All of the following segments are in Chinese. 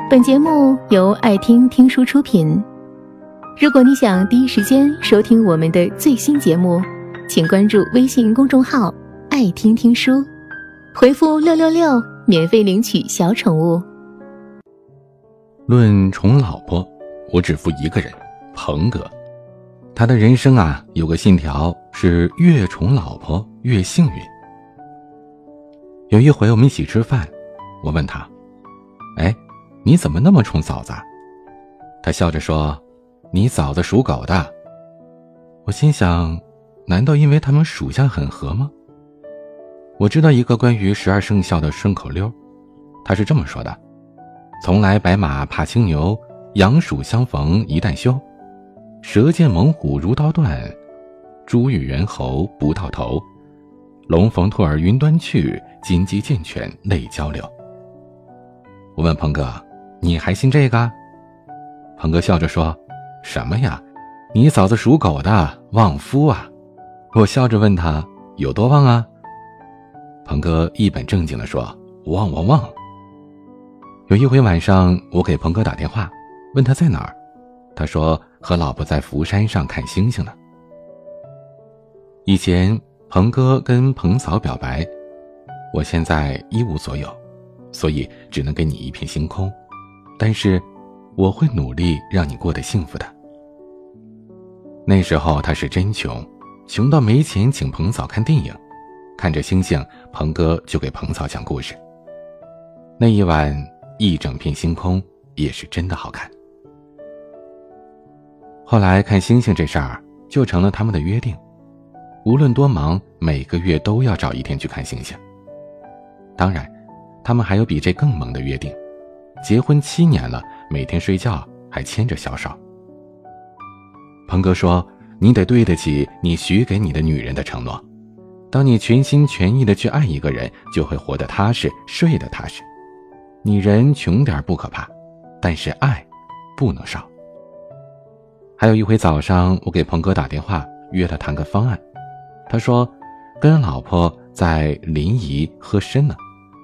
本节目由爱听听书出品。如果你想第一时间收听我们的最新节目，请关注微信公众号爱听听书，回复666免费领取小宠物。 论宠老婆，我只服一个人，鹏哥。他的人生有个信条是越宠老婆越幸运。有一回我们一起吃饭，我问他，你怎么那么宠嫂子？他笑着说，你嫂子属狗的。我心想，难道因为他们属相很合吗？我知道一个关于12生肖的顺口溜，他是这么说的：从来白马怕青牛，羊鼠相逢一旦休。蛇见猛虎如刀断，猪与猿猴不到头。龙逢兔儿云端去，金鸡见犬泪交流。我问鹏哥，你还信这个？鹏哥笑着说，什么呀，你嫂子属狗的，旺夫啊。我笑着问他，有多旺啊？鹏哥一本正经地说，旺旺旺。有一回晚上，我给鹏哥打电话，问他在哪儿，他说和老婆在福山上看星星呢。以前鹏哥跟鹏嫂表白，我现在一无所有，所以只能给你一片星空，但是我会努力让你过得幸福的。那时候他是真穷，穷到没钱请鹏嫂看电影，看着星星，鹏哥就给鹏嫂讲故事。那一晚一整片星空，也是真的好看。后来看星星这事儿就成了他们的约定，无论多忙，每个月都要找一天去看星星。当然他们还有比这更猛的约定，结婚7年了，每天睡觉还牵着小手。鹏哥说，你得对得起你许给你的女人的承诺，当你全心全意地去爱一个人，就会活得踏实，睡得踏实。你人穷点不可怕，但是爱不能少。还有一回早上，我给鹏哥打电话约他谈个方案，他说跟老婆在临沂喝参呢。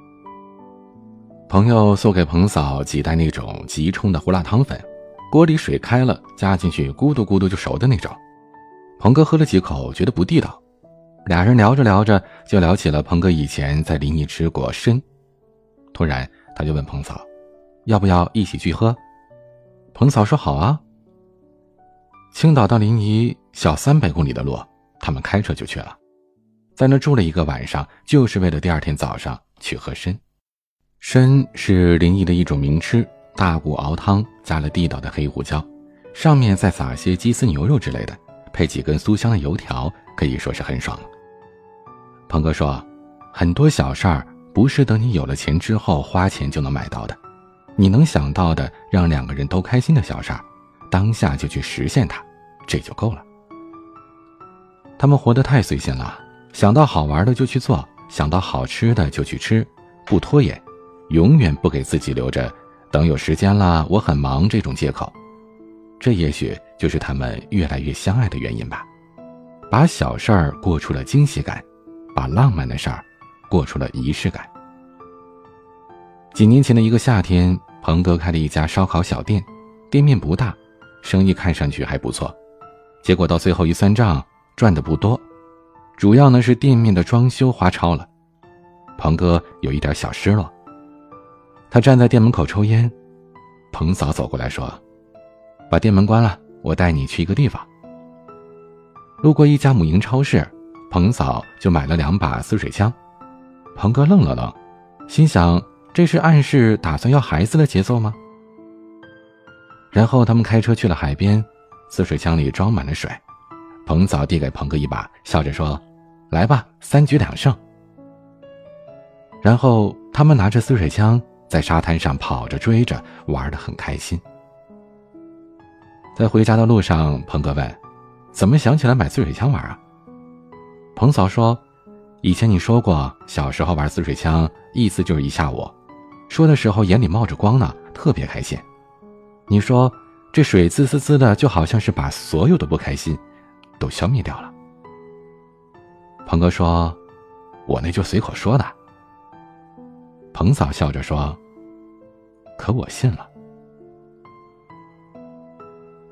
朋友送给鹏嫂几袋那种即冲的胡辣汤粉，锅里水开了，加进去咕嘟咕嘟就熟的那种。鹏哥喝了几口，觉得不地道。俩人聊着聊着就聊起了鹏哥以前在临沂吃过参。突然他就问鹏嫂，要不要一起去喝？鹏嫂说好啊。青岛到临沂小300公里的路，他们开车就去了，在那住了一个晚上，就是为了第二天早上去喝参。参是临沂的一种名吃，大骨熬汤，加了地道的黑胡椒，上面再撒些鸡丝牛肉之类的，配几根酥香的油条，可以说是很爽了。鹏哥说，很多小事儿不是等你有了钱之后花钱就能买到的，你能想到的让2个人都开心的小事儿，当下就去实现它，这就够了。他们活得太随心了，想到好玩的就去做，想到好吃的就去吃，不拖延，永远不给自己留着等有时间了我很忙这种借口。这也许就是他们越来越相爱的原因吧，把小事儿过出了惊喜感，把浪漫的事儿过出了仪式感。几年前的一个夏天，鹏哥开了一家烧烤小店，店面不大，生意看上去还不错，结果到最后一算账，赚的不多，主要呢是店面的装修花超了。鹏哥有一点小失落，他站在店门口抽烟，鹏嫂走过来说，把店门关了，我带你去一个地方。路过一家母婴超市，鹏嫂就买了2把滋水枪。鹏哥愣了愣，心想这是暗示打算要孩子的节奏吗？然后他们开车去了海边，滋水枪里装满了水，鹏嫂递给鹏哥一把，笑着说，来吧，3局2胜。然后他们拿着滋水枪在沙滩上跑着追着，玩得很开心。在回家的路上，鹏哥问，怎么想起来买滋水枪玩啊？鹏嫂说，以前你说过小时候玩滋水枪意思就是一下午，说的时候眼里冒着光呢，特别开心。你说这水滋滋滋的，就好像是把所有的不开心都消灭掉了。鹏哥说，我那就随口说的。鹏嫂笑着说，可我信了。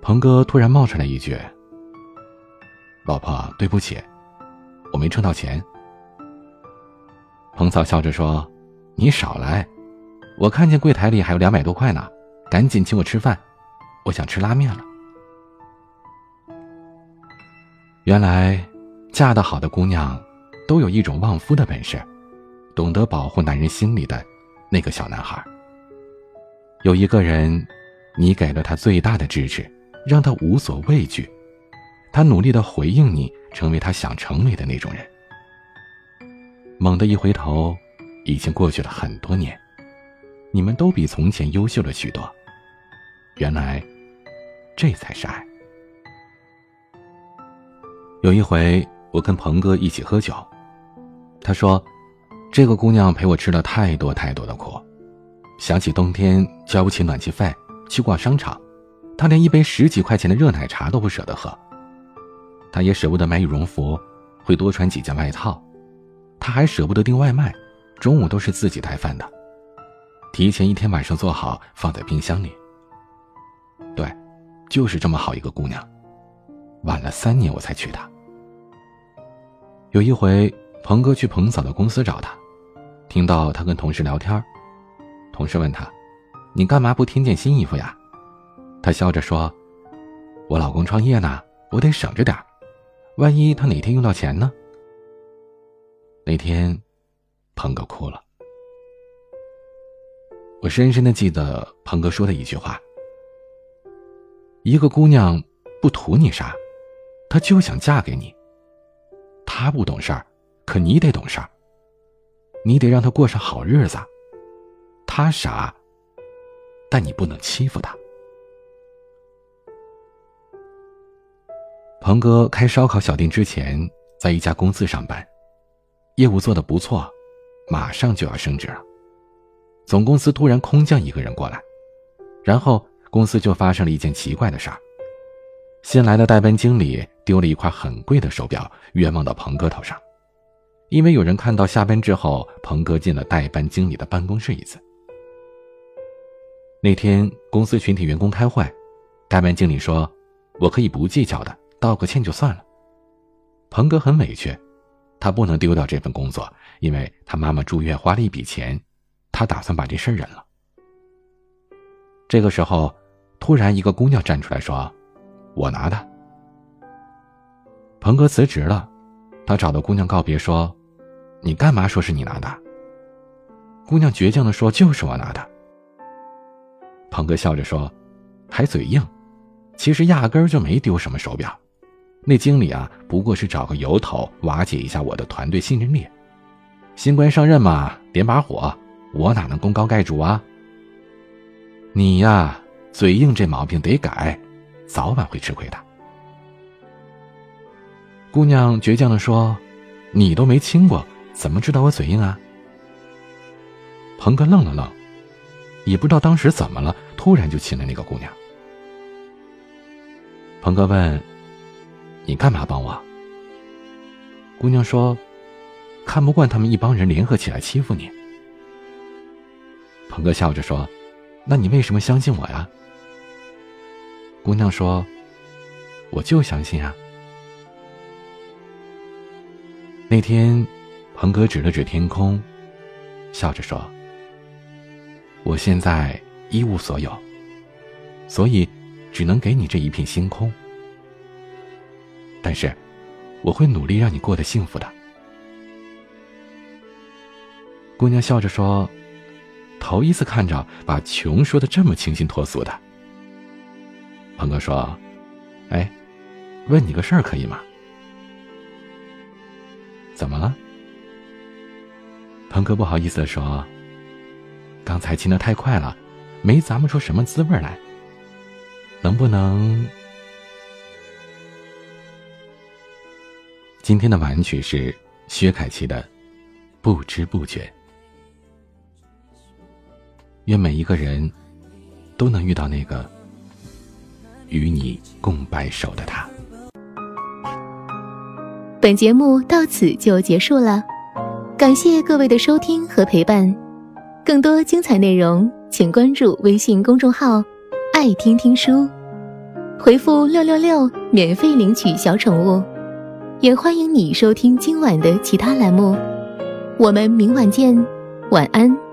鹏哥突然冒出来一句：老婆，对不起，我没挣到钱。彭嫂笑着说：你少来，我看见柜台里还有200多块呢，赶紧请我吃饭，我想吃拉面了。原来嫁得好的姑娘都有一种旺夫的本事，懂得保护男人心里的那个小男孩。有一个人，你给了他最大的支持，让他无所畏惧，他努力地回应你，成为他想成为的那种人。猛地一回头，已经过去了很多年，你们都比从前优秀了许多。原来这才是爱。有一回我跟鹏哥一起喝酒，他说这个姑娘陪我吃了太多太多的苦，想起冬天交不起暖气费，去逛商场，她连一杯10几块钱的热奶茶都不舍得喝。她也舍不得买羽绒服，会多穿几件外套。她还舍不得订外卖，中午都是自己带饭的，提前1天晚上做好放在冰箱里。对，就是这么好一个姑娘，晚了3年我才娶她。有一回鹏哥去彭嫂的公司找她，听到她跟同事聊天，同事问她：你干嘛不添件新衣服呀？她笑着说：我老公创业呢，我得省着点，万一他哪天用到钱呢？那天鹏哥哭了。我深深地记得鹏哥说的一句话：一个姑娘不图你啥，她就想嫁给你。她不懂事儿，可你得懂事儿，你得让她过上好日子。她傻，但你不能欺负她。鹏哥开烧烤小店之前，在一家公司上班，业务做得不错，马上就要升职了。总公司突然空降一个人过来，然后公司就发生了一件奇怪的事儿。新来的代班经理丢了一块很贵的手表，冤枉到鹏哥头上。因为有人看到下班之后，鹏哥进了代班经理的办公室一次。那天公司全体员工开会，代班经理说：我可以不计较的，道个歉就算了。鹏哥很委屈，他不能丢掉这份工作，因为他妈妈住院花了一笔钱，他打算把这事儿忍了。这个时候，突然一个姑娘站出来说：我拿的。鹏哥辞职了，他找到姑娘告别说：你干嘛说是你拿的？姑娘倔强地说：就是我拿的。鹏哥笑着说：还嘴硬，其实压根儿就没丢什么手表，那经理啊，不过是找个由头瓦解一下我的团队信任力。新官上任嘛，点把火，我哪能功高盖主啊？你呀，嘴硬这毛病得改，早晚会吃亏的。姑娘倔强地说：你都没亲过，怎么知道我嘴硬啊？鹏哥愣了愣，也不知道当时怎么了，突然就亲了那个姑娘。鹏哥问：你干嘛帮我？姑娘说：看不惯他们一帮人联合起来欺负你。鹏哥笑着说：那你为什么相信我呀？姑娘说：我就相信啊。那天鹏哥指了指天空，笑着说：我现在一无所有，所以只能给你这一片星空，但是我会努力让你过得幸福的。姑娘笑着说：头一次看着把穷说得这么清新脱俗的。鹏哥说：哎，问你个事儿可以吗？怎么了？鹏哥不好意思地说：刚才亲得太快了，没咂摸出什么滋味来，能不能……今天的晚曲是薛凯琪的《不知不觉》。愿每一个人都能遇到那个与你共白首的他。 本节目到此就结束了，感谢各位的收听和陪伴。更多精彩内容，请关注微信公众号“爱听听书”， 回复666免费领取小宠物。也欢迎你收听今晚的其他栏目。我们明晚见，晚安。